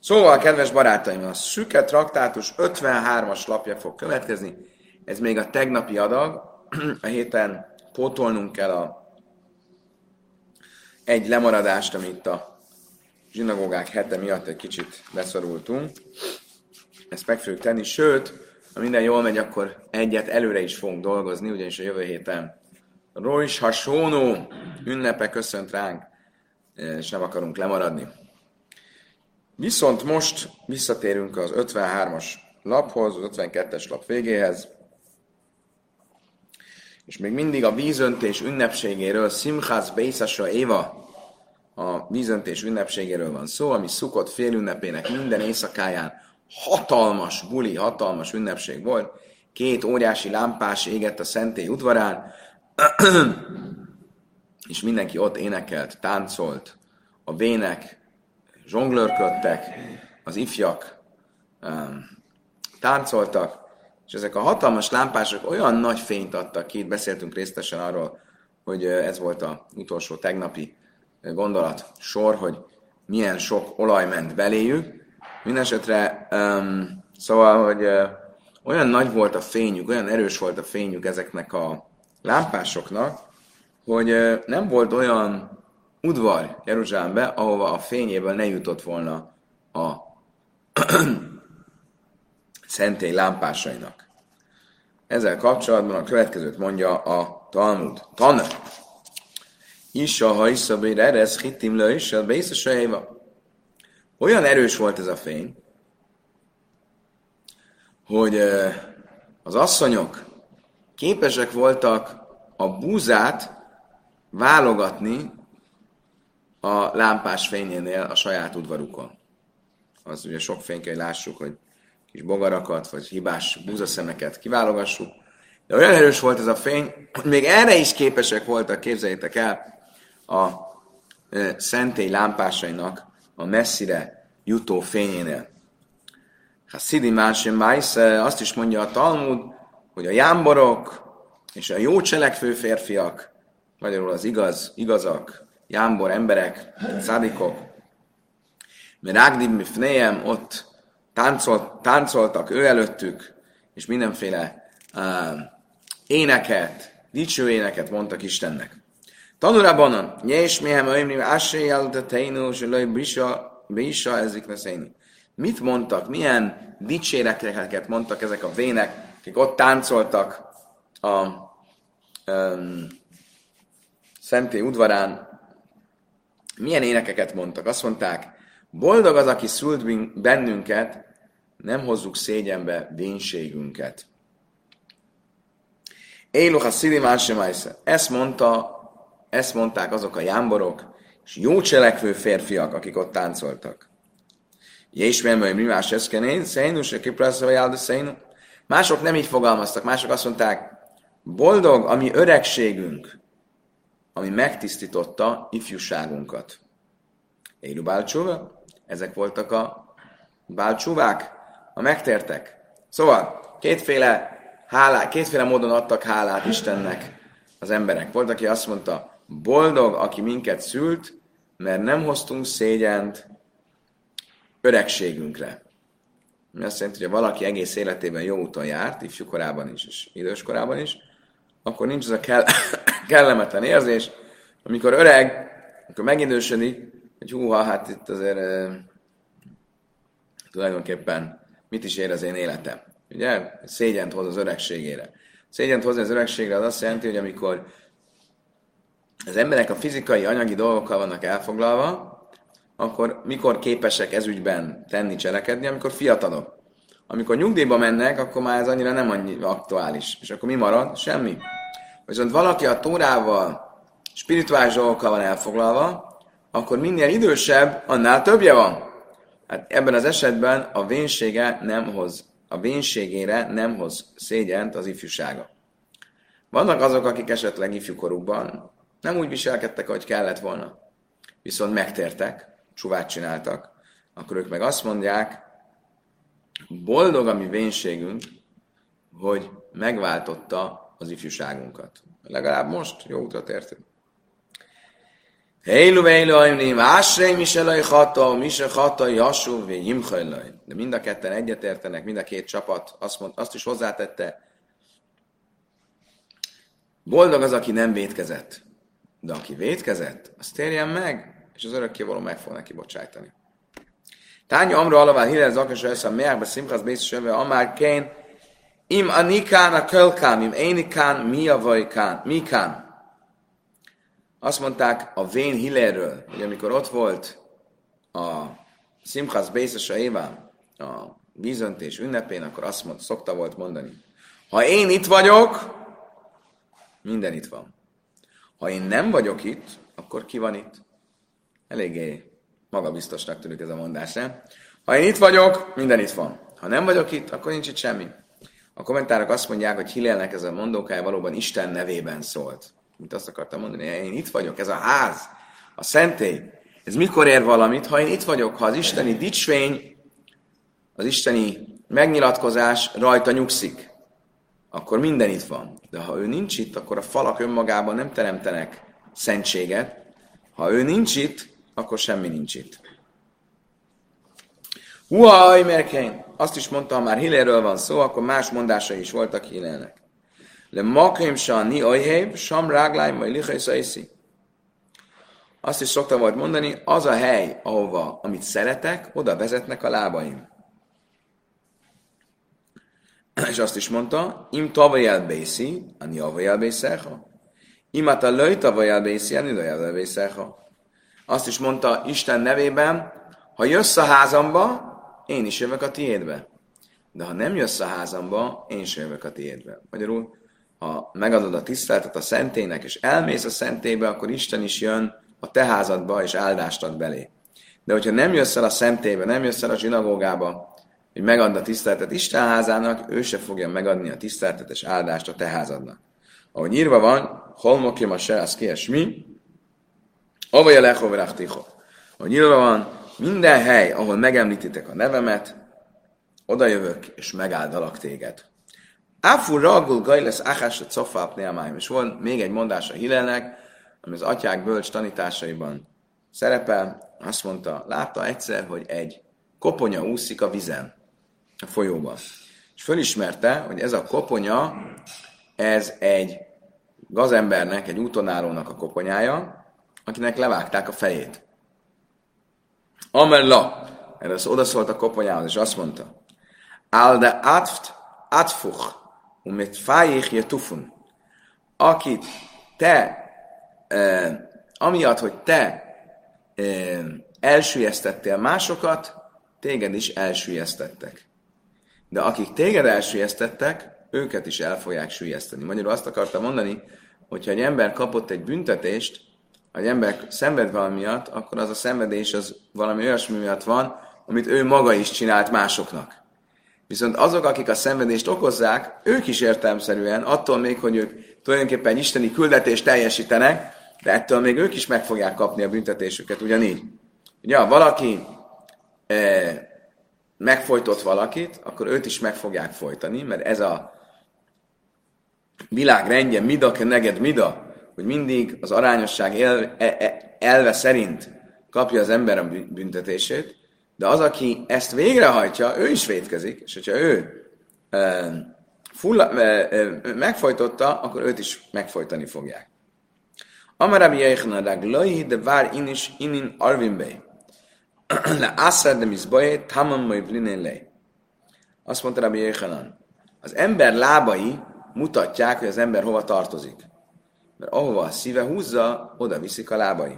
Szóval, kedves barátaim, a Szüke Traktátus 53-as lapja fog következni. Ez még a tegnapi adag. A héten pótolnunk kell egy lemaradást, amit a zsinagógák hete miatt egy kicsit beszorultunk. Ezt meg fogjuk tenni, sőt, ha minden jól megy, akkor egyet előre is fogunk dolgozni, ugyanis a jövő héten Rosh Hashanah ünnepe köszönt ránk, és nem akarunk lemaradni. Viszont most visszatérünk az 53-as laphoz, az 52-es lap végéhez, és még mindig a vízöntés ünnepségéről, Simchas Beisasra Éva, a vízöntés ünnepségéről van szó, ami Szukot félünnepének minden éjszakáján hatalmas buli, hatalmas ünnepség volt. 2 óriási lámpás égett a szentély udvarán, és mindenki ott énekelt, táncolt, a vének zsonglőrködtek, az ifjak táncoltak, és ezek a hatalmas lámpások olyan nagy fényt adtak ki, itt beszéltünk részletesen arról, hogy ez volt az utolsó tegnapi gondolat sor, hogy milyen sok olaj ment beléjük. Mindenesetre, szóval, hogy olyan nagy volt a fényük, olyan erős volt a fényük ezeknek a lámpásoknak, hogy nem volt olyan udvar Jeruzsálembe, ahova a fényéből ne jutott volna a szentély lámpásainak. Ezzel kapcsolatban a következőt mondja a Talmud. Tana. Isha hajszabér eresz hittim le is, a bészesejéva. Olyan erős volt ez a fény, hogy az asszonyok képesek voltak a búzát válogatni a lámpás fényénél a saját udvarukon. Az ugye sok fény kell, hogy lássuk, hogy kis bogarakat, vagy hibás búzaszemeket kiválogassuk. De olyan erős volt ez a fény, hogy még erre is képesek voltak, képzeljétek el, a szentély lámpásainak a messzire jutó fényénél. Ha Szidi Másim Májsz, azt is mondja a Talmud, hogy a jámborok és a jó cselekvő férfiak, magyarul az igazak, jámbor emberek, szádikok, mert Ágdib Mifnejem ott táncoltak ő előttük, és mindenféle éneket, dicső éneket mondtak Istennek. Tanulában, nyes mihem ömrim, ássé jelteteinu, és lőj bisa ezik neszéni. Mit mondtak, milyen dicséreteket mondtak ezek a vének, akik ott táncoltak a szentély udvarán, milyen énekeket mondtak? Azt mondták, boldog az, aki szült bennünket, nem hozzuk szégyenbe vénségünket. Éluha szidimán sem ezt mondták azok a jámborok, és jó cselekvő férfiak, akik ott táncoltak. Jésmélmely mi más eszkenény, szénú, se kipraszva jálda szénú. Mások nem így fogalmaztak, mások azt mondták, boldog a mi öregségünk, ami megtisztította ifjúságunkat. Élu bálcsúva, ezek voltak a bálcsúvák, a megtértek. Szóval kétféle módon adtak hálát Istennek az emberek. Volt, aki azt mondta, boldog, aki minket szült, mert nem hoztunk szégyent öregségünkre. Mi azt jelenti, hogy ha valaki egész életében jó úton járt, ifjúkorában is, és időskorában is, akkor nincs az a kellemetlen érzés, amikor öreg, amikor megidősödik, hogy húha, hát itt azért tulajdonképpen mit is ér az én életem. Ugye? Szégyent hoz az öregségére. Szégyent hozni az öregségre az azt jelenti, hogy amikor az emberek a fizikai, anyagi dolgokkal vannak elfoglalva, akkor mikor képesek ezügyben tenni, cselekedni, amikor fiatalok. Amikor nyugdíjba mennek, akkor már ez annyira nem annyira aktuális. És akkor mi marad? Semmi. Viszont valaki a Tórával, spirituális dolgokkal van elfoglalva, akkor minél idősebb, annál többje van. Hát ebben az esetben a vénségére nem hoz szégyent az ifjúsága. Vannak azok, akik esetleg ifjúkorukban nem úgy viselkedtek, ahogy kellett volna. Viszont megtértek, csuvát csináltak, akkor ők meg azt mondják, boldog a mi vénségünk, hogy megváltotta az ifjúságunkat. Legalább most jó útra tértünk. Heilu veilu ajmlim, ásrei miselaj hata, mise hata, jasú, vé jimhajlaj. De mind a ketten egyetértenek, mind a két csapat azt is hozzátette, boldog az, aki nem vétkezett. De aki vétkezett, az térjen meg, és az örökkévaló meg fog neki bocsájtani. Tánya Amra alavá Hillel zakasa össze a meákba szimchasz bészsöve amár kén im anikán a kölkám, im énikán mi a vajkán, mikán. Azt mondták a vén Hillelről, hogy amikor ott volt a szimchasz bészsöve éván, a vízöntés ünnepén, akkor szokta volt mondani, ha én itt vagyok, minden itt van. Ha én nem vagyok itt, akkor ki van itt? Eléggé magabiztosnak tűnik ez a mondás, nem? Ha én itt vagyok, minden itt van. Ha nem vagyok itt, akkor nincs itt semmi. A kommentárok azt mondják, hogy Hillelnek ez a mondókája valóban Isten nevében szólt. Mint azt akartam mondani, hogy én itt vagyok, ez a ház, a szentély. Ez mikor ér valamit? Ha én itt vagyok, ha az isteni dicsvény, az isteni megnyilatkozás rajta nyugszik, akkor minden itt van. De ha ő nincs itt, akkor a falak önmagában nem teremtenek szentséget. Ha ő nincs itt, akkor semmi nincs itt. Huaj, merkein! Azt is mondtam, már Hillelről van szó, akkor más mondásai is voltak Hillelnek. Le makim ni ajhéb, sam rágláj, majd lichaj szaiszi. Azt is szokta volt mondani, az a hely, ahova, amit szeretek, oda vezetnek a lábaim. És azt is mondta, im tavajel bészi, ani avajel bészeha. Imata löj tavajel bészi, ani löjel bészeha. Azt is mondta Isten nevében, ha jössz a házamba, én is jövök a tiédbe. De ha nem jössz a házamba, én sem jövök a tiédbe. Magyarul, ha megadod a tiszteletet a szentélynek, és elmész a szentélybe, akkor Isten is jön a te házadba, és áldást ad belé. De hogyha nem jössz el a szentélybe, nem jössz el a zsinagógába, hogy megadd a tiszteletet Isten házának, ő se fogja megadni a tiszteletet és áldást a te házadnak. Ahogy írva van, holmokim a se, az kies mi, avaja lechoverachticho. Ahogy írva van, minden hely, ahol megemlítitek a nevemet, oda jövök, és megáldalak téged. Áfur ragul gajlesz achás a cofáp neamáim. És volt még egy mondás a Hillelnek, ami az atyák bölcs tanításaiban szerepel. Azt mondta, látta egyszer, hogy egy koponya úszik a vizen, a folyóban. És fölismerte, hogy ez a koponya, ez egy gazembernek, egy útonállónak a koponyája, akinek levágták a fejét. Amerla, erre az odaszólt a koponyához, és azt mondta, Alde atfuch, mit fájék je tufun. Akit te, amiatt, hogy te elsüllyesztettél másokat, téged is elsüllyesztettek. De akik téged elsüllyesztettek, őket is el fogják süllyeszteni. Magyarul azt akartam mondani, hogyha egy ember kapott egy büntetést, ha egy ember szenved valami miatt, akkor az a szenvedés az valami olyasmi miatt van, amit ő maga is csinált másoknak. Viszont azok, akik a szenvedést okozzák, ők is értelemszerűen, attól még, hogy ők tulajdonképpen isteni küldetést teljesítenek, de ettől még ők is meg fogják kapni a büntetésüket, ugyanígy. Ugye, ha valaki megfojtott valakit, akkor őt is meg fogják folytani, mert ez a világ rendje, mida ke neged mida, hogy mindig az arányosság elve szerint kapja az ember a büntetését, de az, aki ezt végrehajtja, ő is vétkezik, és hogyha ő megfojtotta, akkor őt is megfojtani fogják. Amarabi Jeichnadag loi de vár inis inin arvinbei. Le asszad de mizboé tamam mai blinen lej. Azt mondta Rabbi Jeichanan, az ember lábai mutatják, hogy az ember hova tartozik. Mert ahova a szíve húzza, oda viszik a lábai.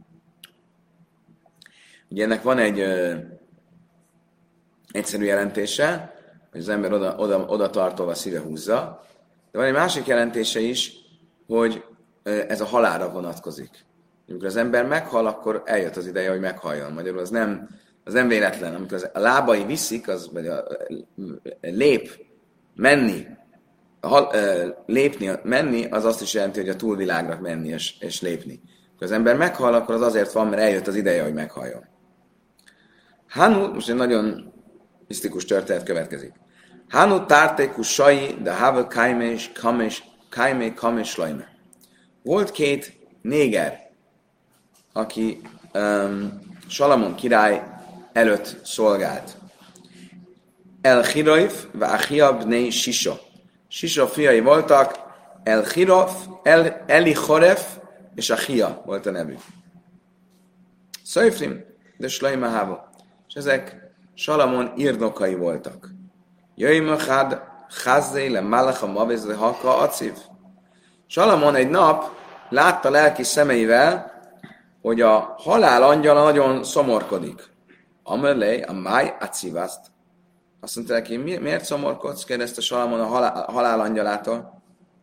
Ugye ennek van egy egyszerű jelentése, hogy az ember oda tartva a szíve húzza, de van egy másik jelentése is, hogy ez a halálra vonatkozik. Amikor az ember meghal, akkor eljött az ideje, hogy meghaljon. Magyarul az nem véletlen. Amikor a lábai viszik, vagy menni, az azt is jelenti, hogy a túlvilágra menni és lépni. Amikor az ember meghal, akkor az azért van, mert eljött az ideje, hogy meghaljon. Hanu, most egy nagyon misztikus történet következik. Hanu tártéku sai, de havel kaimé kames lajme. Volt két néger, aki Salamon király előtt szolgált. El-Hiraif ve Achiab bnei Sisa. Sisa fiai voltak, Eli-Choref és Achia volt a nevük. Szöjfrim, de Slaima Háva. És ezek Salamon írnokai voltak. Jöjjmöchád, Cházzé le Malacha Mavez le Haka Aciv. Salamon egy nap látta lelki szemeivel, hogy a halál angyala nagyon szomorkodik. Amelé, a máj acivászt. Azt mondta neki, miért szomorkodsz? Kérdezte Salamon a halál angyalától.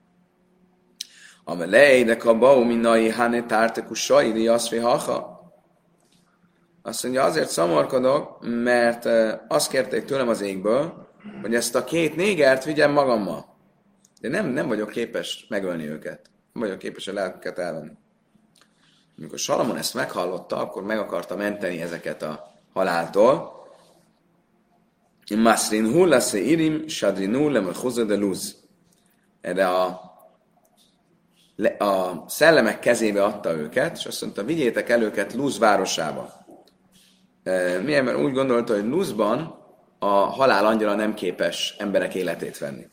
Amelé, de kabau minai hane tárteku sajri aszfi haha. Azt mondja, azért szomorkodok, mert azt kérték tőlem az égből, hogy ezt a két négert vigyem magammal. De nem vagyok képes megölni őket. Nem vagyok képes a lelküket elvenni. Amikor Salamon ezt meghallotta, akkor meg akarta menteni ezeket a haláltól. Masrin hullase irim shadrinu lemechuzza de luz. Erre a szellemek kezébe adta őket, és azt mondta, vigyétek el őket Luz városába. Milyen, mert úgy gondolta, hogy Luzban a halál angyala nem képes emberek életét venni.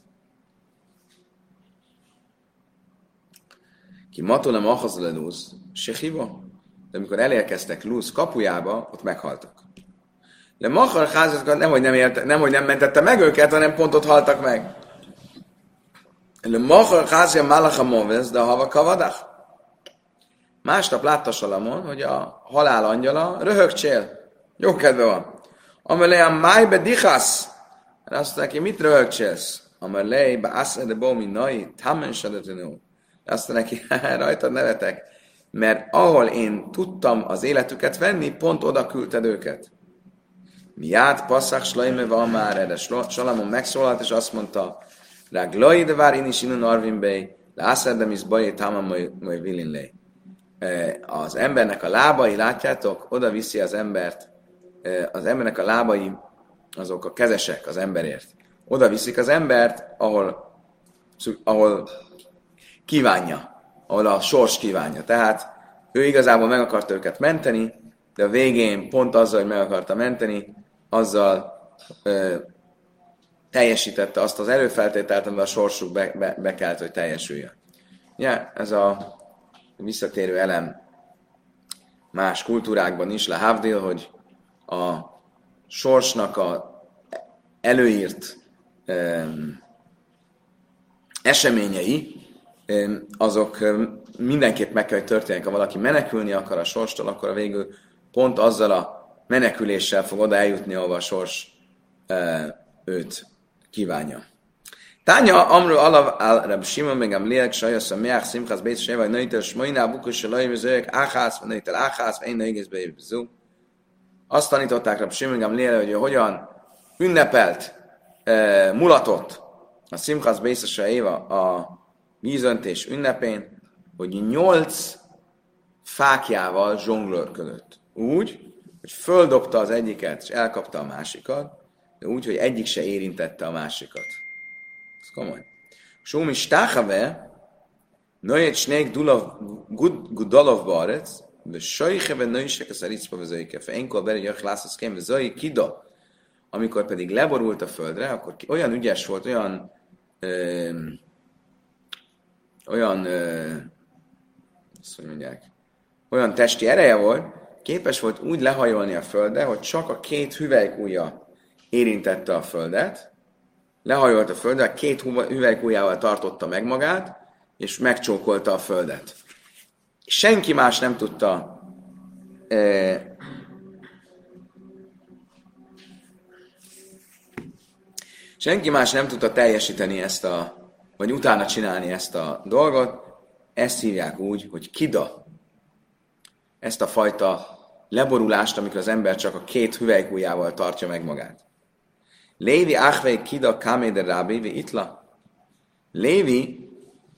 Ki matolem ahazle Luz, se hiva. De amikor elérkeztek Luz kapujába, ott meghaltak. De Machar házatokat nem, hogy nem mentette meg őket, hanem pont ott haltak meg. De Machar házja Malacha Movez, de hava kavadach. Másnap látta Salamon, hogy a halál angyala röhögcsél. Jó kedve van. Amelé a májbe dichasz. Azt mondta neki, mit röhögcsélsz? Amelé be aszede bomi nai, tamen sadetenul. Azt mondta neki, rajtad nevetek. Mert ahol én tudtam az életüket venni, pont oda küldted őket. Miát passzák slajme van már erre. Salamon megszólalt, és azt mondta, Ráglai de vár én is innen arvin bej, lászerdem is bajé táma majd vilinlej. Az embernek a lábai, látjátok, oda viszi az embert, az embernek a lábai, azok a kezesek az emberért. Oda viszik az embert, ahol kívánja, ahol a sors kívánja. Tehát ő igazából meg akarta őket menteni, de a végén pont azzal, hogy meg akarta menteni, azzal teljesítette azt az előfeltételt, amivel a sorsuk be kellett, hogy teljesüljön. Ja, ez a visszatérő elem más kultúrákban is, lehavdil, hogy a sorsnak a előírt eseményei, azok mindenképp meg kell, hogy történjenek. Ha valaki menekülni akar a sorstól, akkor a végül pont azzal a meneküléssel fog oda eljutni, ahova a sors őt kívánja. Tánya amru alav al Rab Shimon ben Gamliel sajasz a meach simchas beis sheva noitel shmoina bukus shalai vezők áhász, noitel áhász, én naigész beibzú. Azt tanították Rab Shimon ben Gamliel, hogy hogyan ünnepelt mulatott a simchas beis sheva a vízöntés ünnepén, hogy 8 fákjával zsonglőrködött. Úgy, hogy földobta az egyiket, és elkapta a másikat, de úgy, hogy egyik se érintette a másikat. Ez komoly. Sómi stáhave, nőjét snék gudalov barec, de sajheve nőjsek a szaricba vezőike, feinkor beri jök lászhoz kém, vezői kida. Amikor pedig leborult a földre, akkor olyan ügyes volt, olyan testi ereje volt, képes volt úgy lehajolni a földre, hogy csak a 2 hüvelykujja érintette a földet, lehajolt a földre, a 2 hüvelykujjával tartotta meg magát, és megcsókolta a földet. Senki más nem tudta teljesíteni vagy utána csinálni ezt a dolgot. Ezt hívják úgy, hogy kida. Ezt a fajta leborulást, amikor az ember csak a 2 hüvelykujjával tartja meg magát. Lévi achvei kida kaméder rábi vi itla. Lévi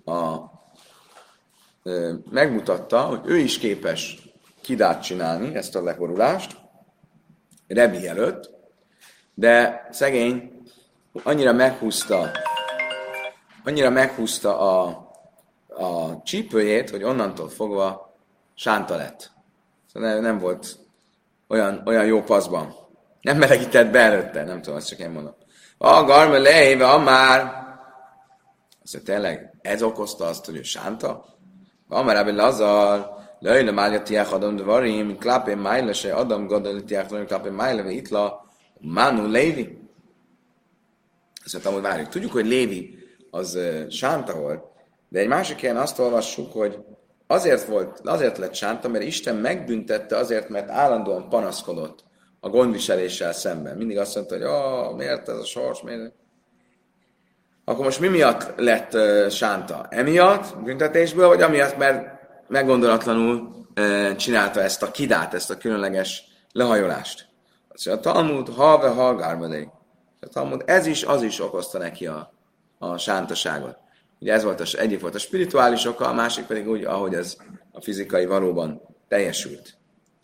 megmutatta, hogy ő is képes kidát csinálni, ezt a leborulást, Rebi előtt, de szegény annyira meghúzta a csípőjét, hogy onnantól fogva sánta lett. Szóval nem volt olyan jó paszban. Nem melegített be előtte, nem tudom, azt csak én mondom. A garme lehéve, már. Azt mondja, tényleg, ez okozta azt, hogy ő sánta? Amár Rabbi Lazar, lejle mália tiach adam dvarim, klapé májle se adam gadol tiach dvarim, klapé májle, ve itla, Manu Lévi. Azt mondtam, hogy várjuk. Tudjuk, hogy Lévi az sánta volt, de egy másik helyen azt olvassuk, hogy azért lett sánta, mert Isten megbüntette azért, mert állandóan panaszkodott a gondviseléssel szemben. Mindig azt mondta, hogy miért ez a sors, miért? Akkor most mi miatt lett sánta? Emiatt, büntetésből, vagy amiatt, mert meggondolatlanul csinálta ezt a kidát, ezt a különleges lehajolást? Azt mondja, a Talmud, ha gármadék. A Talmud, az is okozta neki a sántaságot. Ugye ez volt egyik volt a spirituális oka, a másik pedig úgy, ahogy ez a fizikai valóban teljesült.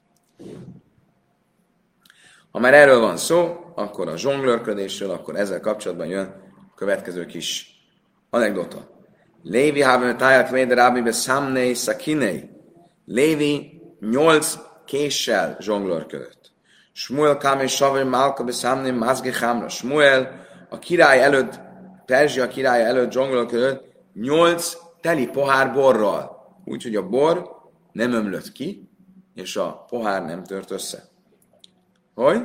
Ha már erről van szó, akkor a zsonglőrködésről, akkor ezzel kapcsolatban jön a következő kis anekdota. Lévi haben tájat véde rábibe számnei szakinei. Lévi 8 késsel zsonglőrködött. Smuel kámé savar málka be számnei mazgi chámra. Smuel a király előtt, Perzsia királya előtt zsonglőrködött 8 teli pohár borral. Úgyhogy a bor nem ömlött ki, és a pohár nem tört össze. Hogy?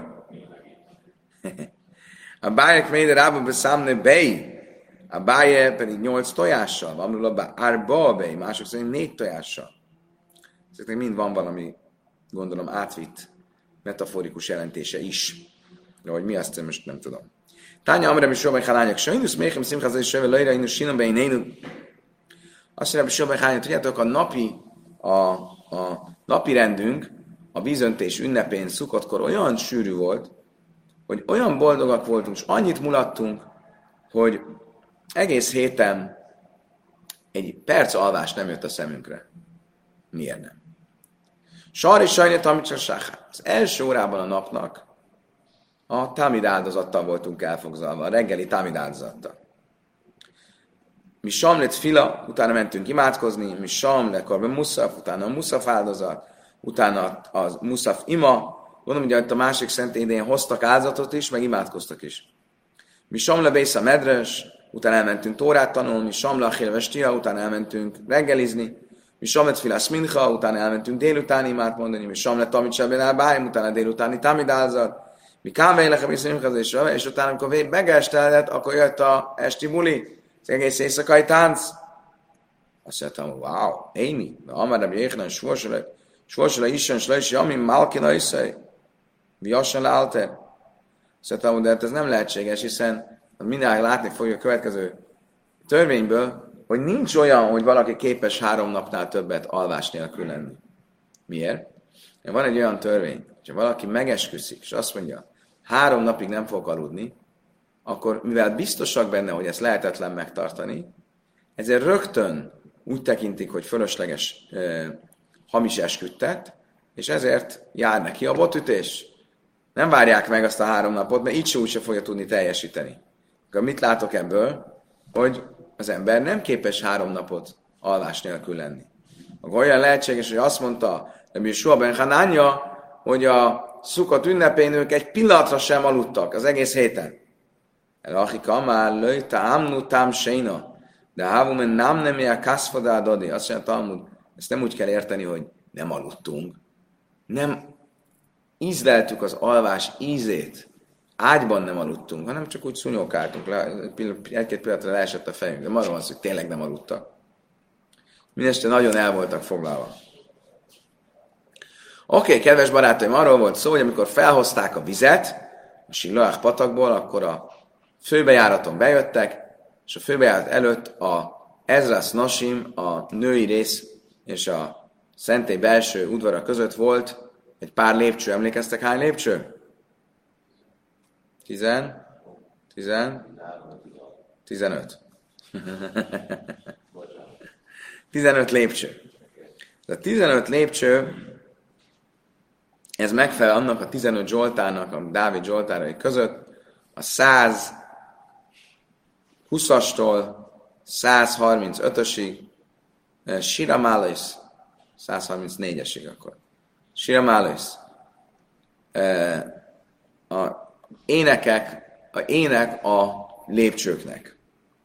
A bájek méde rába beszámne bej, a báje pedig 8 tojással, van róla árba a bej, mások szerint 4 tojással. Ezeknek mind van valami, gondolom, átvitt metaforikus jelentése is. De hogy mi azt most nem tudom. Tánya amre mi sorbaj halányak sajnusz, méhem szimház és söve lejre, inus sinom bejnénu. Azt mondja, hogy sorbaj halányak, tudjátok, a napi rendünk, a vízöntés ünnepén Szukkotkor olyan sűrű volt, hogy olyan boldogak voltunk, és annyit mulattunk, hogy egész héten egy perc alvás nem jött a szemünkre. Miért nem? Sar és sajnét, amit csak sáhát. Az első órában a napnak a támid áldozattal voltunk elfogzalva, a reggeli támid áldozattal. Mi samlet fila, utána mentünk imádkozni, mi samle korban muszaf, utána a muszaf áldozat, utána a muszaf ima, gondolom, hogy a másik szentélyén hoztak áldozatot is, meg imádkoztak is. Mi samle bész a medres, utána elmentünk Tórát tanulni, mi samle a chélvestia, utána elmentünk reggelizni, mi samlet filász mincha, utána elmentünk délutáni imát mondani, mi samlet tamit sebben elbájm, utána délutáni tamid áldozat, mi kámvejlek a viszonyunkhoz, és utána, amikor megestelett, akkor jött a esti buli, az egész éjszakai tánc. Azt mondtam, wow, Amy, de amerem jéhnen sorsolja Isten, slajsi, amin málkina iszai, viassan leálter. Azt mondtam, de hát ez nem lehetséges, hiszen mindenki látni fogja a következő törvényből, hogy nincs olyan, hogy valaki képes 3 napnál többet alvás nélkül lenni. Miért? Mert van egy olyan törvény, hogyha valaki megesküszik, és azt mondja, 3 napig nem fog aludni, akkor mivel biztosak benne, hogy ezt lehetetlen megtartani, ezért rögtön úgy tekintik, hogy fölösleges hamis esküdtet, és ezért jár neki a botütés. Nem várják meg azt a 3 napot, mert így se úgy se fogja tudni teljesíteni. Akkor mit látok ebből? Hogy az ember nem képes 3 napot alvás nélkül lenni. Akkor olyan lehetséges, hogy azt mondta, hogy Sua ben Hanánja, hogy a Szukkot ünnepén ők egy pillanatra sem aludtak az egész héten. Elachika már lőjte ámnu tám séna, de hávumen nem ilyen kászfodá dadi. Azt mondja, Talmud, ezt nem úgy kell érteni, hogy nem aludtunk. Nem ízleltük az alvás ízét. Ágyban nem aludtunk, hanem csak úgy szúnyogáltunk. Egy-két pillanatra leesett a fejünk, de arról van szó, hogy tényleg nem aludtak. Mindeste nagyon el voltak foglalva. Oké, kedves barátaim, arról volt szó, hogy amikor felhozták a vizet a Siloach patakból, akkor a főbejáraton bejöttek, és a főbejárat előtt a Ezras Nosim, a női rész és a szentély belső udvara között volt egy pár lépcső. Emlékeztek, hány lépcső? 15. 15 lépcső. A 15 lépcső, ez megfelel annak a 15 Zsoltárnak, a Dávid Zsoltárai között, a 120-astól 135-ösig, Siramális 134-esig akkor. Siramális. A ének a lépcsőknek.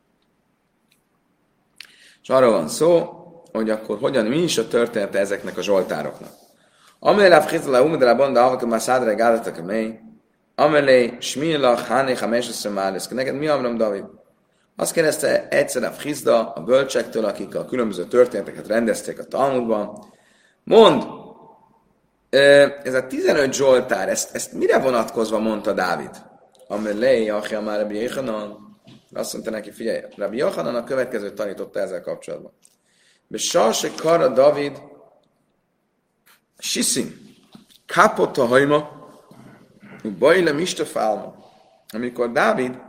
És arról van szó, hogy akkor mi is a története ezeknek a zsoltároknak. Amelé fchizla umdra banda ahak ma szádra gádatak a mély. Amelé smilach háné hameseszre málisz. Neked mi Amram David? Azt kérdezte egyszer a Fchizda a bölcsektől, akik a különböző történeteket rendezték a Talmudban. Mondd, ez a 15 zsoltár, ezt mire vonatkozva mondta Dávid? Amelé, achja már Rabbi Yochanan. Azt mondta neki, figyelj, Rabbi Yochanan a következőt tanította ezzel kapcsolatban. Besarse kara David siszin, kapott a hajma, bajle mistafálma. Amikor Dávid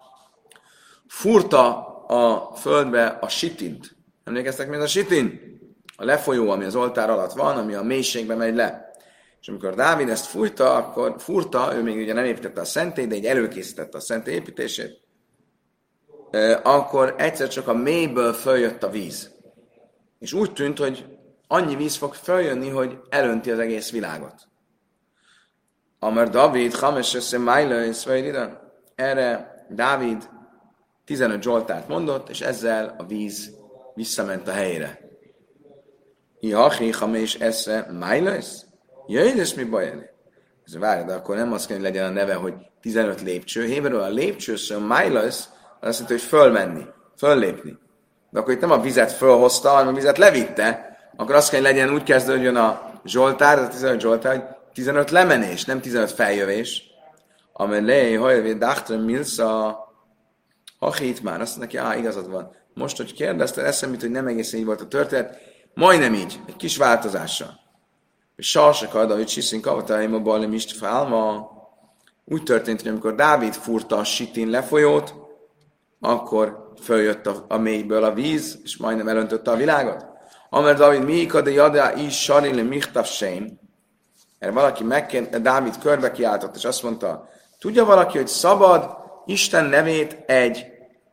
furta a földbe a sitint. Emlékeztek, mi ez a sitin? A lefolyó, ami az oltár alatt van, ami a mélységbe megy le. És amikor Dávid ezt furta, ő még ugye nem építette a szentélyt, de így előkészítette a szentély építését, akkor egyszer csak a mélyből följött a víz. És úgy tűnt, hogy annyi víz fog följönni, hogy elönti az egész világot. Amar David, Hamesese Májlősz, erre Dávid 15 zsoltárt mondott, és ezzel a víz visszament a helyére. Ihachi, Hames, Esze, Májlősz? Jöjj, ez mi baj elé? Ez várj, de akkor nem azt kell, hogy legyen a neve, hogy 15 lépcső. Héberül a lépcső szó, Májlősz, azt mondta, hogy fölmenni, föllépni. De akkor itt nem a vizet fölhozta, hanem a vizet levitte, akkor azt kell, hogy legyen úgy kezdődjön a zsoltár, a 15 zsoltár, hogy 15 lemenés, nem 15 feljövés. Amelé, hajvé, dachtre, milsza, hachít már, azt neki, igazad van. Most, hogy kérdezted, eszembe, hogy nem egészen így volt a történet, majdnem így, egy kis változással. És sarsak ad, hogy siszin kavatáim a ballim istfálma. Úgy történt, hogy amikor Dávid furta a sitin lefolyót, akkor följött a mélyből a víz, és majdnem elöntötte a világot. Amer Dávid miika de jadá is sarili michtav sem. Erre valaki Dávid körbe kiáltott, és azt mondta, tudja valaki, hogy szabad Isten nevét egy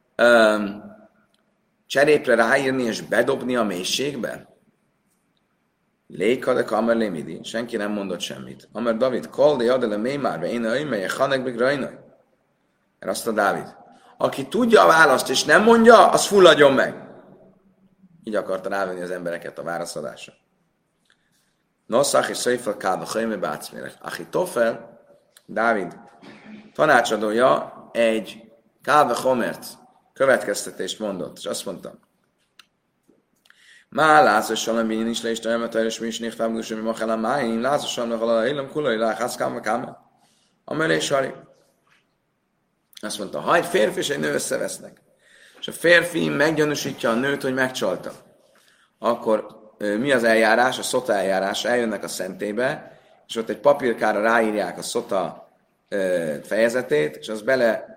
cserépre ráírni és bedobni a mélységbe? Lékadek Amer Lémidi. Senki nem mondott semmit. Amer Dávid, kol de jadele mémárve, én a ömmelye hanek begrajnaj. Erre azt a Dávid. Aki tudja a választ és nem mondja, az fulladjon meg. Így akarta rávenni az embereket a válaszadásra. Noszach és Szöjfel kába hajme bácmérek. Achitofel, Dávid tanácsadója egy kába homert következtetést mondott, és azt mondta, Má lázassal nem bíjén is le is tajamat, és mi is néhtábudus, ami machalám máim, lázassal nem halál, illam kulai láhász káma, amelé sari. Azt mondta, ha egy férfi és egy nő összevesznek, és a férfi meggyanúsítja a nőt, hogy megcsalta, akkor mi az eljárás? A szota eljárás. Eljönnek a szentélybe, és ott egy papírkára ráírják a szota fejezetét, és azt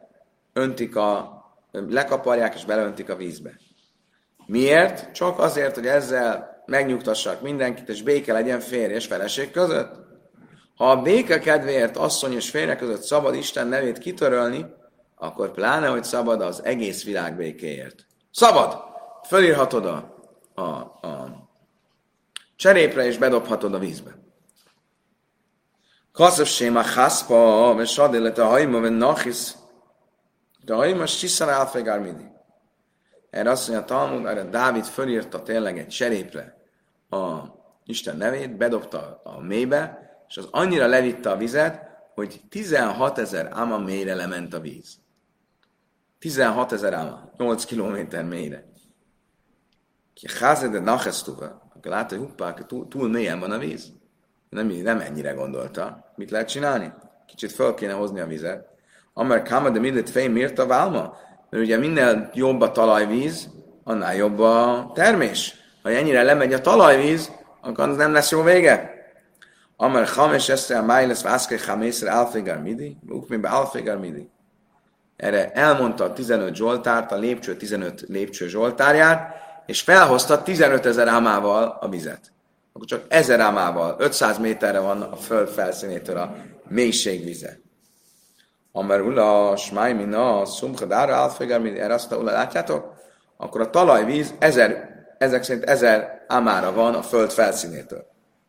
lekaparják, és beleöntik a vízbe. Miért? Csak azért, hogy ezzel megnyugtassák mindenkit, és béke legyen férj és feleség között. Ha a béke kedvéért asszony és férje között szabad Isten nevét kitörölni, akkor pláne, hogy szabad az egész világ békéért. Szabad! Fölírhatod a cserépre, és bedobhatod a vízbe. Kasszav séma haszpa, ve sadélet a hajma, ve nachisz, de a hajma siszar álfegár midi. Erre azt mondja a Talmud, erre Dávid fölírta tényleg egy cserépre a Isten nevét, bedobta a mélybe, és az annyira levitte a vizet, hogy 16 000 áma mélyre lement a víz. 16 000 áma, 8 kilométer mélyre. Ki házede nachesztuva, akkor látta, hogy huppá, túl mélyen van a víz. Nem ennyire gondolta. Mit lehet csinálni? Kicsit föl kéne hozni a vizet. Amár káma, de mindet fej miért a válma? Mert ugye minél jobb a talajvíz, annál jobb a termés. Ha ennyire lemegy a talajvíz, akkor az nem lesz jó vége. Amár hames eszre a májlesz vászke hamészre álfégar midi, ukmibe álfégar midi. Erre elmondta a 15 zsoltárt, a lépcső 15 lépcső zsoltárját, és felhozta 15 000 ámával a vizet. Akkor csak 1000 ámával, 500 méterre van a föld felszínétől a mélység vize. Amár ula, smáj mina, szumchadára álfégar midi, erre azt ula, látjátok? Akkor a talajvíz ezek szerint 1000 ámára van a föld felszínétől.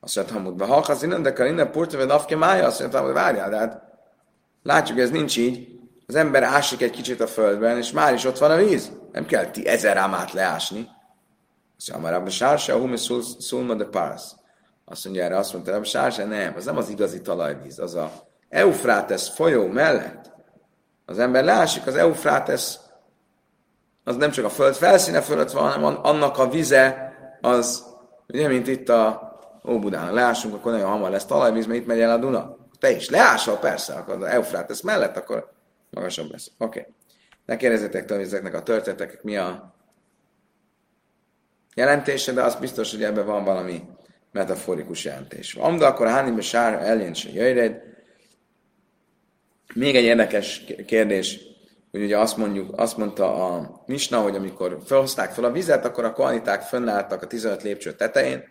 Azt mondta, Hamudba, ha az innen, de kell innen purtve nafke mája, azt mondta, hogy várjál, de hát látjuk, ez nincs így. Az ember ásik egy kicsit a földben, és már is ott van a víz. Nem kell 1000 ámát leásni. Azt mondja, már abban sársa, a humi szulma de párs. Azt mondja erre, azt mondta, sársa, nem, az nem az igazi talajvíz, az a Eufrátesz folyó mellett. Az ember leásik, az Eufrátesz, az nem csak a föld felszíne fölött van, hanem annak a vize, az, ugye, mint itt a Óbudán, leásunk, akkor nagyon hamar lesz talajvíz, mert itt megy el a Duna. Te is leásol, persze, akkor az Eufrátesz mellett, akkor magasabb lesz. Oké. Ne kérdezzétek tőle, ezeknek a történetek mi a jelentése, de az biztos, hogy ebben van valami metaforikus jelentés. Amda akkor a Hánibe sár elén se jöjjed. Még egy érdekes kérdés, hogy ugye azt mondta a Misna, hogy amikor felhozták fel a vizet, akkor a koaniták fönnálltak a 15 lépcső tetején,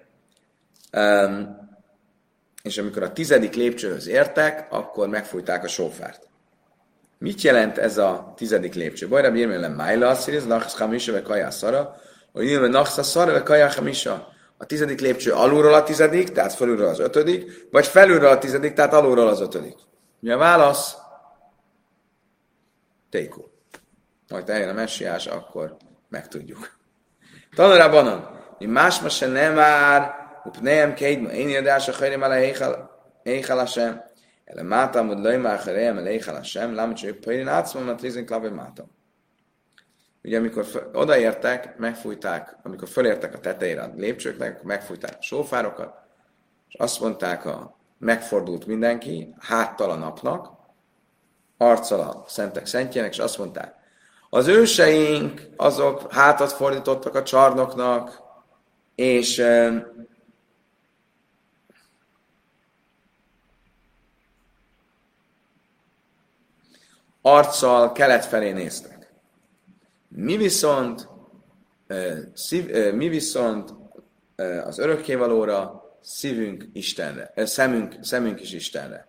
és amikor a 10. lépcsőhöz értek, akkor megfújták a sófárt. Mit jelent ez a 10. lépcső? Bajra bírmélem májla asszíriz, nachsz hamisha ve kajá szara, hogy nyilván nachsz szara ve kajá hamisha. A 10. lépcső alulról a 10., tehát felülről az 5., vagy felülről a 10., tehát alulról az 5. Mi a válasz? Tékó. Majd eljön a messiás, akkor megtudjuk. Tanulában, mi másma se nem már, upnejem kédma, én érdás a hajrém el a héjhalasem, ele mátam, hogy lejmár hajrém el a héjhalasem, lámit csak pajrin átszom, mert rizink klavé mátam. Ugye amikor odaértek, megfújták, amikor fölértek a tetejére a lépcsőknek, akkor megfújták a sófárokat, és azt mondták, megfordult mindenki, háttal a napnak, arccal a szentek szentjének, és azt mondták, az őseink, azok hátat fordítottak a csarnoknak, és arccal kelet felé néztek. Mi viszont az örökkévalóra, szívünk Istenre, szemünk is Istenre.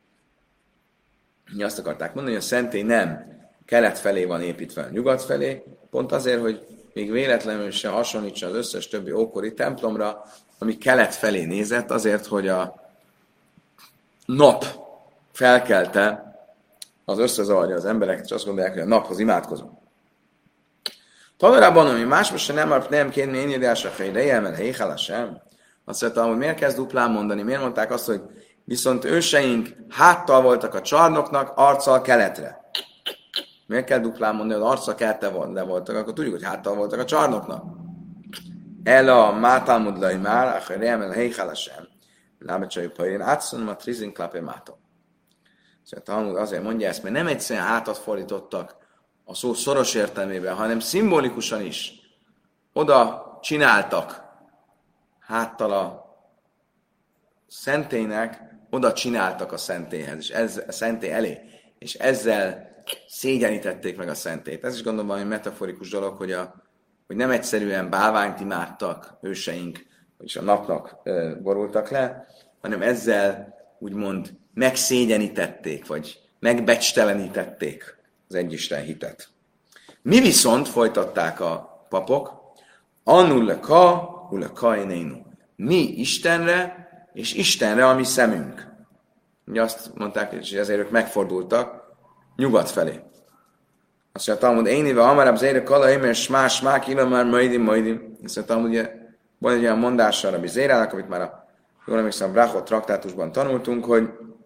Azt akarták mondani, hogy a szentély nem kelet felé van építve, nyugat felé, pont azért, hogy még véletlenül sem hasonlítsa az összes többi ókori templomra, ami kelet felé nézett, azért, hogy a nap felkelte, az összezavarja az embereket, és azt gondolják, hogy a naphoz imádkozunk. Tanulában, ami másban sem nem kérni én írásra fejre, mert héjhálá sem. Azt mondta, hogy miért kezd duplán mondani? Miért mondták azt, hogy viszont őseink háttal voltak a csarnoknak, arccal keletre? Miért kell duplán mondani, hogy arccal keletre voltak? Akkor tudjuk, hogy háttal voltak a csarnoknak. El a mátalmudlai már, akkor remel héjhálá sem. Lábecsai pajén átszonom a trizin klapé mátom. Szóval azért mondja ezt, mert nem egyszerűen hátat fordítottak a szó szoros értelmében, hanem szimbolikusan is oda csináltak háttal a szentélynek, oda csináltak a szentélyhez, és a szentély elé, és ezzel szégyenítették meg a szentélyt. Ez is gondolom valami metaforikus dolog, hogy nem egyszerűen bálványt imádtak őseink, és a napnak borultak le, hanem ezzel úgymond megszégyenítették, vagy megbecstelenítették az egyisten hitet. Mi viszont folytatták a papok, Anulleka, ulekaénénu. Mi Istenre, és Istenre a mi szemünk. Ugye azt mondták, hogy ezért ők megfordultak nyugat felé. Azt mondja, Talmud, én éve amarább zére kala, mert smá, kila már majdim. Azt mondja, Talmud, ugye van egy olyan mondás arra, Zérának, amit már jól emlékszem, a Brachot traktátusban tanultunk, hogy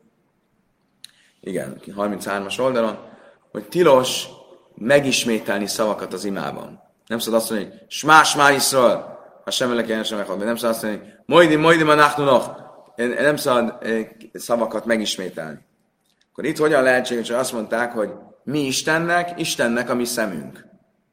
igen, 33-as oldalon, hogy tilos megismételni szavakat az imában. Nem szabad azt mondani, hogy smá Iszrael, ha sem elek sem meghal, nem szabad azt mondani, majdim a nachnunach, nem szabad szavakat megismételni. Akkor itt hogyan lehetséges, hogy azt mondták, hogy mi Istennek a mi szemünk.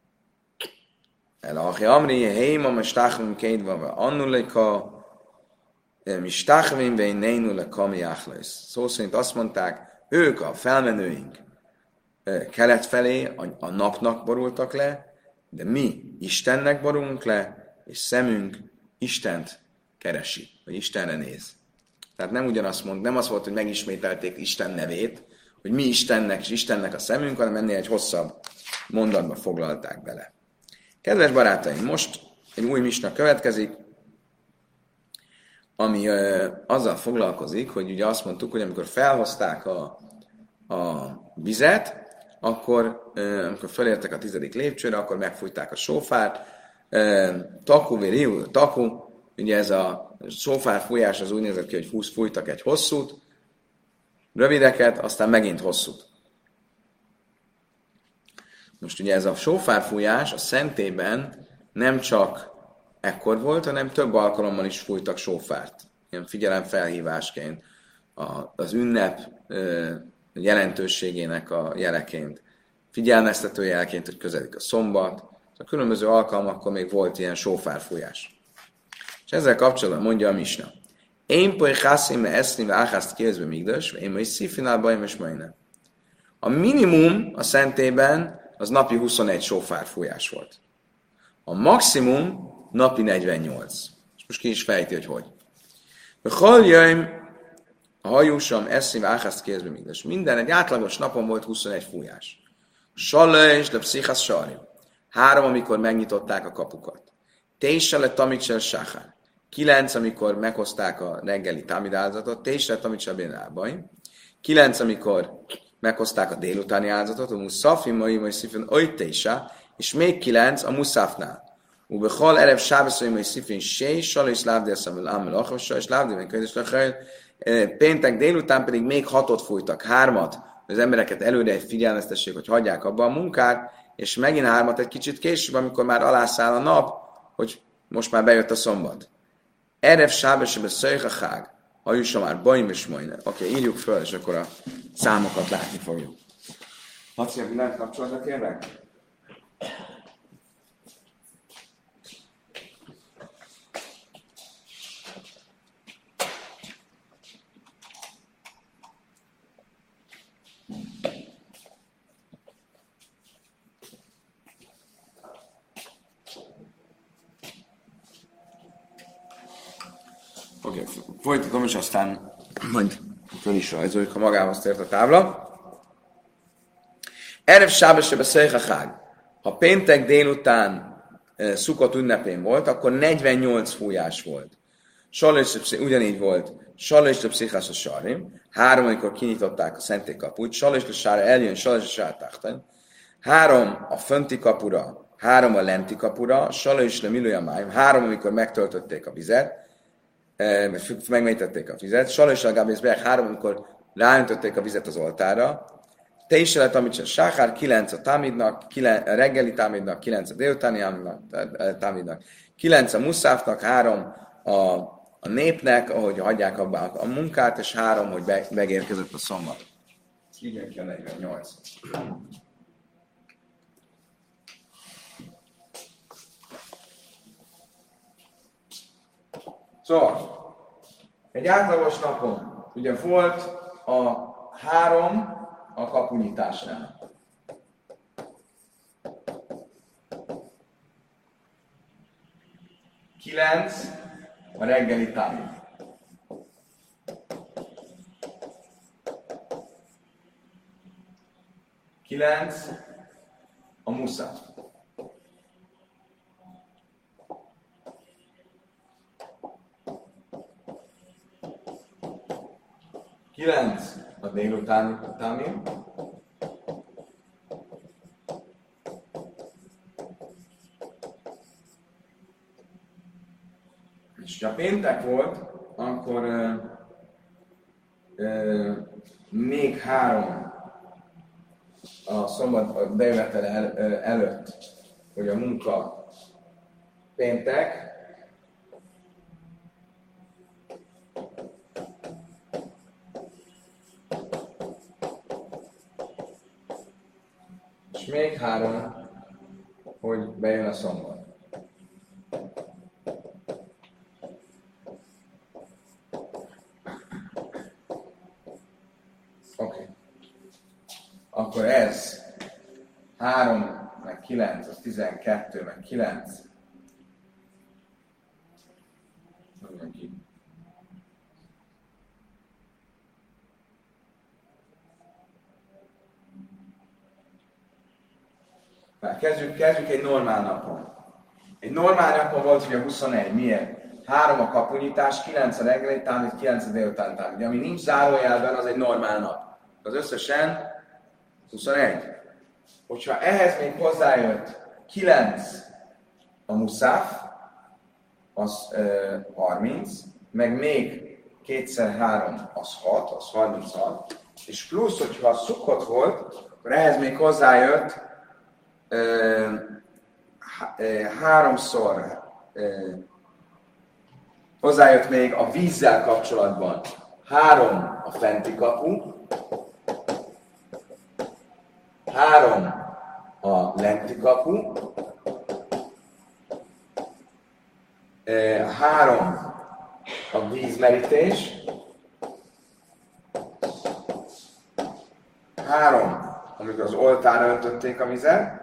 El achi amri, heima, me stáchvim kédva, annuleka, mi stáchvim, ve nénu le kami áchlajsz. Szó szerint azt mondták, ők a felmenőink kelet felé a napnak borultak le, de mi Istennek borulunk le, és szemünk Istent keresi, vagy Istenre néz. Tehát nem ugyanazt mond, nem az volt, hogy megismételték Isten nevét, hogy mi Istennek és Istennek a szemünk, hanem ennél egy hosszabb mondatba foglalták bele. Kedves barátaim, most egy új misna következik. ami azzal foglalkozik, hogy ugye azt mondtuk, hogy amikor felhozták a vizet, akkor, amikor felértek a 10. lépcsőre, akkor megfújták a sófárt. Taku, ugye ez a sófár fújás az úgy nézett ki, hogy fújtak egy hosszút, rövideket, aztán megint hosszút. Most ugye ez a sófárfújás a szentében nem csak ekkor volt, hanem több alkalommal is fújtak sófárt. Ilyen figyelemfelhívásként, az ünnep jelentőségének a jeleként, figyelmeztető jelként, hogy közelik a szombat. A különböző alkalmakkor még volt ilyen sófárfújás. És ezzel kapcsolatban mondja a Misna. Én poi chászim eszni ve áhászt kézbe migdös, én majd szífinál bajom és majdnem. A minimum a szentében az napi 21 sófárfújás volt. A maximum napi 48. És most ki is fejti, hogy hogy. Haljaim, a hajósom eszim áhászt kézbe migdös. Minden egy átlagos napon volt 21 fújás. Salajs, de pszichasz sarim. 3, amikor megnyitották a kapukat. Téssel le tamicsel sáhár. 9, amikor meghozták a reggeli támidáldozatot. Téssel tamicsel bénálbaim. 9, amikor meghozták a délutáni áldozatot. A muszafim, mai szifin, oly téssel. És még 9 a muszafnál. Ubechal erev sábeszai, mai szifin, séj, salajs lávdél szemül ámel achvassa, és lávdél meg könyves lechajl. Péntek délután pedig még 6-ot fújtak, 3-at, az embereket előre figyelmeztessék, hogy hagyják abba a munkát, és megint 3-at egy kicsit később, amikor már alászáll a nap, hogy most már bejött a szombat. Erev sábesebe szöjhahág, ha jusson már bajm és majdnem. Oké, írjuk föl, és akkor a számokat látni fogjuk. Hadd a világ kapcsolatra kérlek? Oké, folytatom, és aztán majd föl is rajzoljuk, ha magához tért a tábla. Erev sábesebe szöjhahág. Ha péntek délután szukott ünnepén volt, akkor 48 fújás volt. Ugyanígy volt. Salajs le pszichasz a sarim. 3, amikor kinyitották a szentély kaput. Salajs le sára eljön, salajs le sára táhtán. 3 a fönti kapura, 3 a lenti kapura. Salajs le milója májm. 3, amikor megtöltötték a vizet. Megmélyítették a vizet. Salajs le gábészberg. 3, amikor ráöntötték a vizet az oltára. Téselet, amit a sáhár, 9 a támidnak, a reggeli támidnak, 9 a délutáni támidnak, 9 a muszáfnak, 3 a népnek, ahogy hagyják abba a munkát, és 3, hogy megérkezett a szombat. Így jön ki a 48. Szóval, egy átlagos napon ugye volt a 3 a kapunyitásnál. 9 a reggeli támid. 9 a muszá. 9 a délutáni támid. És ha péntek volt, akkor még 3 a szombat bejövetel előtt, hogy a munka péntek, és még 3, hogy bejön a szombat. Akkor ez 3 meg 9, az 12 meg 9. Kezdjük egy normál napon. Egy normál napon volt ugye 21. Miért? 3 a kapunyítás, 9 a reggeli támít, 9 a délután támít. Ami nincs zárójelben, az egy normál nap. Az összesen 21. Hogyha ehhez még hozzájött 9 a muszáf, az 30, meg még 2x3, az 6, az 36, és plusz, hogyha a szukkot volt, akkor ehhez még hozzájött háromszor hozzájött még a vízzel kapcsolatban 3 a fenti kapu, 3 a lenti kapu, 3 a vízmerítés, 3, amikor az oltára öntötték a vizet,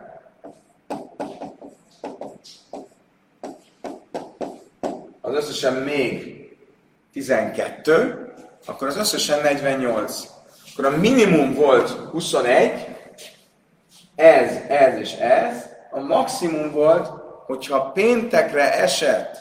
az összesen még 12, akkor az összesen 48. Akkor a minimum volt 21, ez és ez, a maximum volt, hogyha péntekre esett,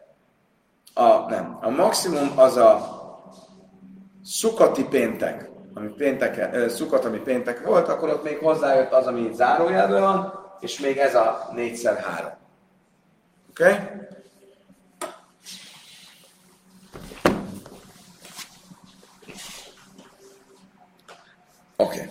a maximum az a szukati péntek, ami péntek volt, akkor ott még hozzájött az, ami zárójelben van, és még ez a 4x3. Oké? Okay? Oké.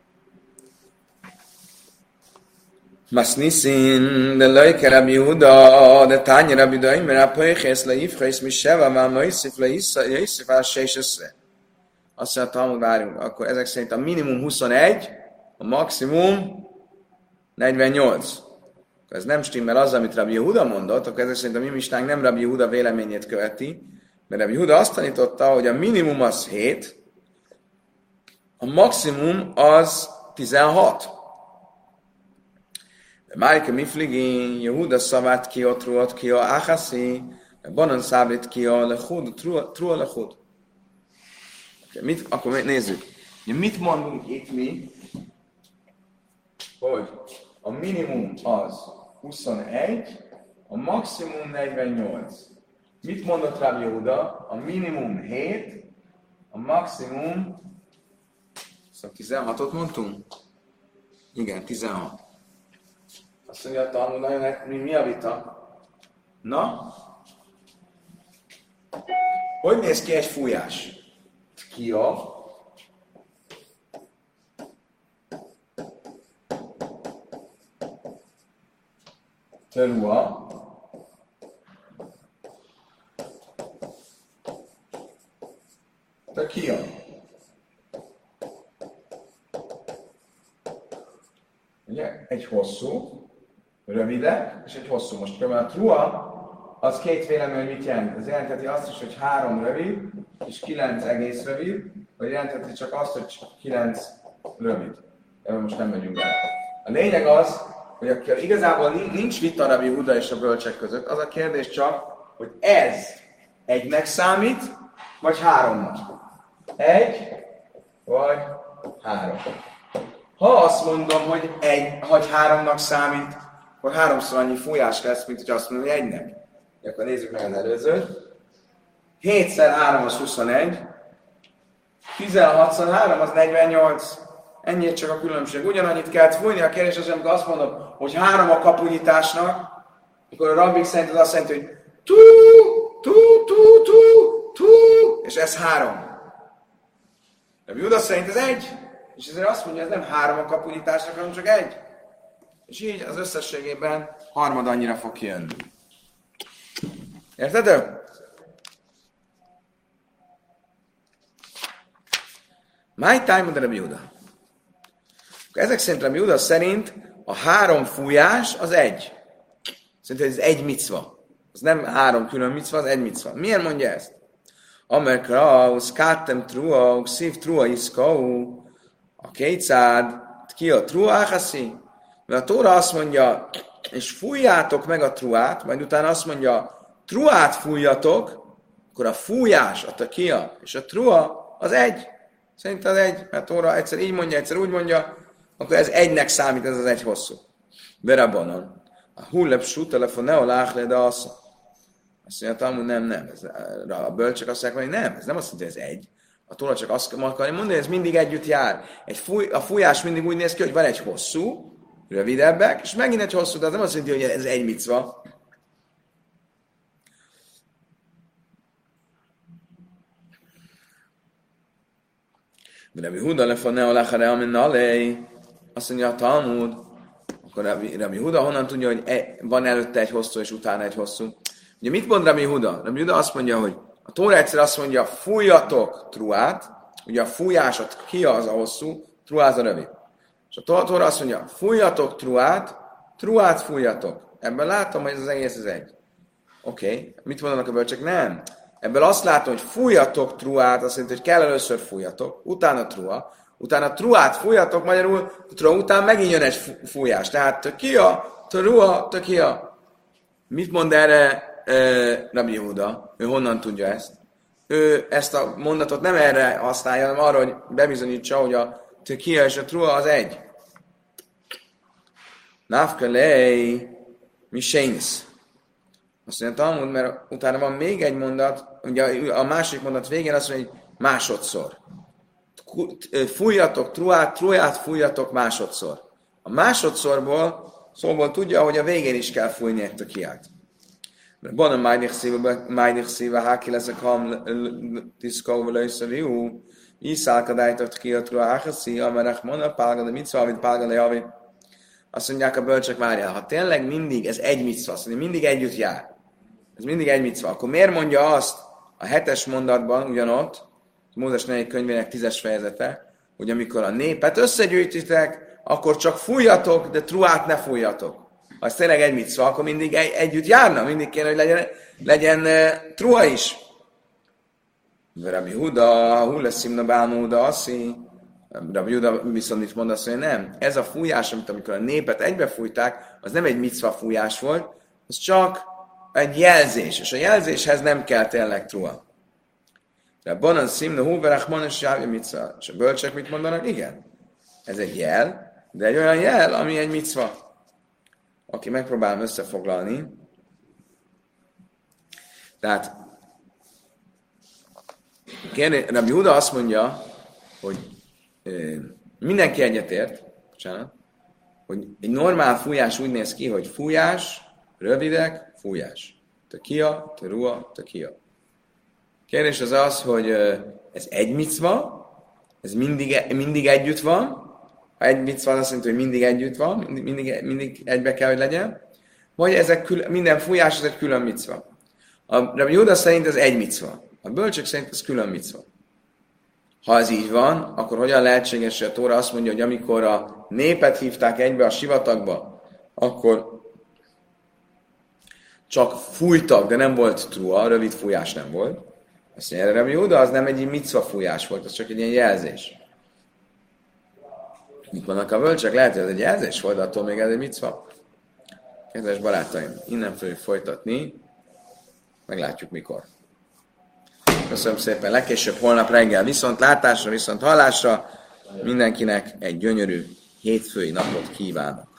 Masnisin, de lejke Rabbi Yehuda, de tányi Rabbi Yehuda, imre a pöjhész leifhész, mi seva, már ma'iszif le'iszif, az sejseszre. Azt mondja, Talmud, várjunk, akkor ezek szerint a minimum 21, a maximum 48. Akkor ez nem stimmel az, amit Rabbi Yehuda mondott, akkor ezek szerint a mi mistánk nem Rabbi Yehuda véleményét követi, mert Rabbi Yehuda azt tanította, hogy a minimum az 7, a maximum az 16. Márike Mifligi, Yehuda szavát ki a truat ki a achaszi, banan szábít ki a lechud, trua lechud. Akkor nézzük. Mit mondunk itt mi? Hogy a minimum az 21, a maximum 48. Mit mondott Rabbi Yehuda? A minimum 7, a maximum... Szóval 16-ot mondtunk? Igen, 16. Azt mondja a Talmud, nagyon mi a vita? Na? Hogy néz ki egy fújás? Tkia. Terua. Tkia. Ugye? Egy hosszú, rövidek, és egy hosszú. Most például a trua, az két vélemény, hogy mit jelent. Ez jelentheti azt is, hogy 3 rövid, és 9 egész rövid, vagy jelentheti csak azt, hogy 9 rövid. Ebben most nem megyünk el. A lényeg az, hogy igazából nincs vita Rabbi Yehuda és a bölcsek között, az a kérdés csak, hogy ez egynek számít, vagy 3-nak. 1 vagy 3. Ha azt mondom, hogy 3-nak számít, akkor 3-szor annyi fújás lesz, mint hogy azt mondom, hogy 1-nek. Akkor nézzük meg az előzőt. 7x3 az 21, 16x3 az 48. Ennyi csak a különbség. Ugyanannyit kell fújni, a kérdés az, amikor azt mondom, hogy 3 a kapunyításnak, akkor a rabbik szerint az azt jelenti, hogy tú, és ez 3. A Yehuda szerint ez 1, és ezért azt mondja, hogy ez nem 3 a kapunyításnak, hanem csak 1. És így az összességében harmad annyira fog kijönni. Érted? My time of Rabbi Yehuda. Ezek szerint Rabbi Yehuda szerint a 3 fújás az 1. Szerintem ez 1 micva. Ez nem 3 külön micva, az 1 micva. Miért mondja ezt? Amerkra, szkáttem trua, szív trua iszkau, a kétszád, ki a trua áhaszi? Mert a Tóra azt mondja, és fújjátok meg a truát, majd utána azt mondja, truát fújjatok, akkor a fújás, a takia és a trua az 1. Szerintem az 1, mert a Tóra egyszer így mondja, egyszer úgy mondja, akkor ez 1-nek számít, ez az 1 hosszú. Verabanon. A hullep su telefoneo láchle de assza. Azt mondja, Talmud, nem. A bölcsök azt mondják, hogy nem, ez nem azt mondja, hogy ez egy. A Tóra csak azt akarja mondani, hogy ez mindig együtt jár. A fújás mindig úgy néz ki, hogy van egy hosszú, rövidebbek, és megint egy hosszú, de az nem azt mondja, hogy ez egy micva. De Rabbi Huda lefone alachare aminna alej. Azt mondja a Talmud, akkor Rabbi Huda honnan tudja, hogy van előtte egy hosszú, és utána egy hosszú. Ugye mit mond Rabbi Huda? Rabbi Huda azt mondja, hogy a Tóra egyszer azt mondja, fújjatok truát, ugye a fújásot ki az a hosszú, truá az a rövid. És a Tóra azt mondja, fújjatok truát fújjatok. Ebből látom, hogy ez az egész az egy. Oké. Mit mondanak a bölcsek? Nem. Ebből azt látom, hogy fújjatok truát, azt jelenti, hogy kell először fújjatok, utána trua, utána truát fújjatok, magyarul trua után megint jön egy fújás. Tehát tökia, trua, tökia. Mit mond erre Rabbi Huda? Ő honnan tudja ezt? Ő ezt a mondatot nem erre használja, hanem arra, hogy bebizonyítsa, hogy a tökia és a trua az egy. Nafkalei, mi sénisz. Azt mondja Talmud, mert utána van még egy mondat, ugye a második mondat végén azt mondja, hogy másodszor. Fújjatok truát fújjatok másodszor. A másodszorból szóval tudja, hogy a végén is kell fújni egy tökiát. Bana májdik szíve, háki leszek ham tiszkóval összeriú, iszálkadájtok ki a truá áhaszi, amerek mondja, pálgada micva, amit pálgada javi. Azt mondják a bölcsök, várjál, ha tényleg mindig ez egy micva, azt mondja, mindig együtt jár, ez mindig egy micva, akkor miért mondja azt a 7. mondatban, ugyanott, Mózes 4. könyvének 10. fejezete, hogy amikor a népet összegyűjtitek, akkor csak fújjatok, de truát ne fújjatok. Ha ez tényleg egy micva, akkor mindig együtt járna, mindig kéne, hogy legyen trua is. Rabbi Huda, hulleszimna bálmóda, asszi. Rabbi Huda viszont itt mond azt, hogy nem. Ez a fújás, amikor a népet egybefújták, az nem egy micva fújás volt, az csak egy jelzés, és a jelzéshez nem kell tényleg trua. De banan szimna hóverach manas jávja micva. És a bölcsek mit mondanak? Igen. Ez egy jel, de egy olyan jel, ami egy micva. Aki megpróbálom összefoglalni. Tehát Rabbi Huda azt mondja, hogy mindenki egyetért, hogy egy normál fújás úgy néz ki, hogy fújás, rövidek, fújás. Tökia, terua, tökia. Kérdés az az, hogy ez egy micva, ez mindig együtt van. Ha egy micva azt jelenti, hogy mindig együtt van, mindig egybe kell, hogy legyen. Vagy minden fújás az egy külön micva. A Rabbi Huda szerint ez egy micva. A bölcsök szerint ez külön micva. Ha ez így van, akkor hogyan lehetséges, hogy a Tóra azt mondja, hogy amikor a népet hívták egybe a sivatagba, akkor csak fújtak, de nem volt trua, rövid fújás nem volt. Azt mondja, Rabbi Huda, az nem egy micva fújás volt, az csak egy ilyen jelzés. Mit vannak a bölcsök? Lehet, hogy ez egy jelzés volt, de attól még ez egy micva. Kedves barátaim, innen fogjuk folytatni, meglátjuk mikor. Köszönöm szépen, legkésőbb holnap reggel viszont látásra, viszont hallásra. Mindenkinek egy gyönyörű hétfői napot kívánok.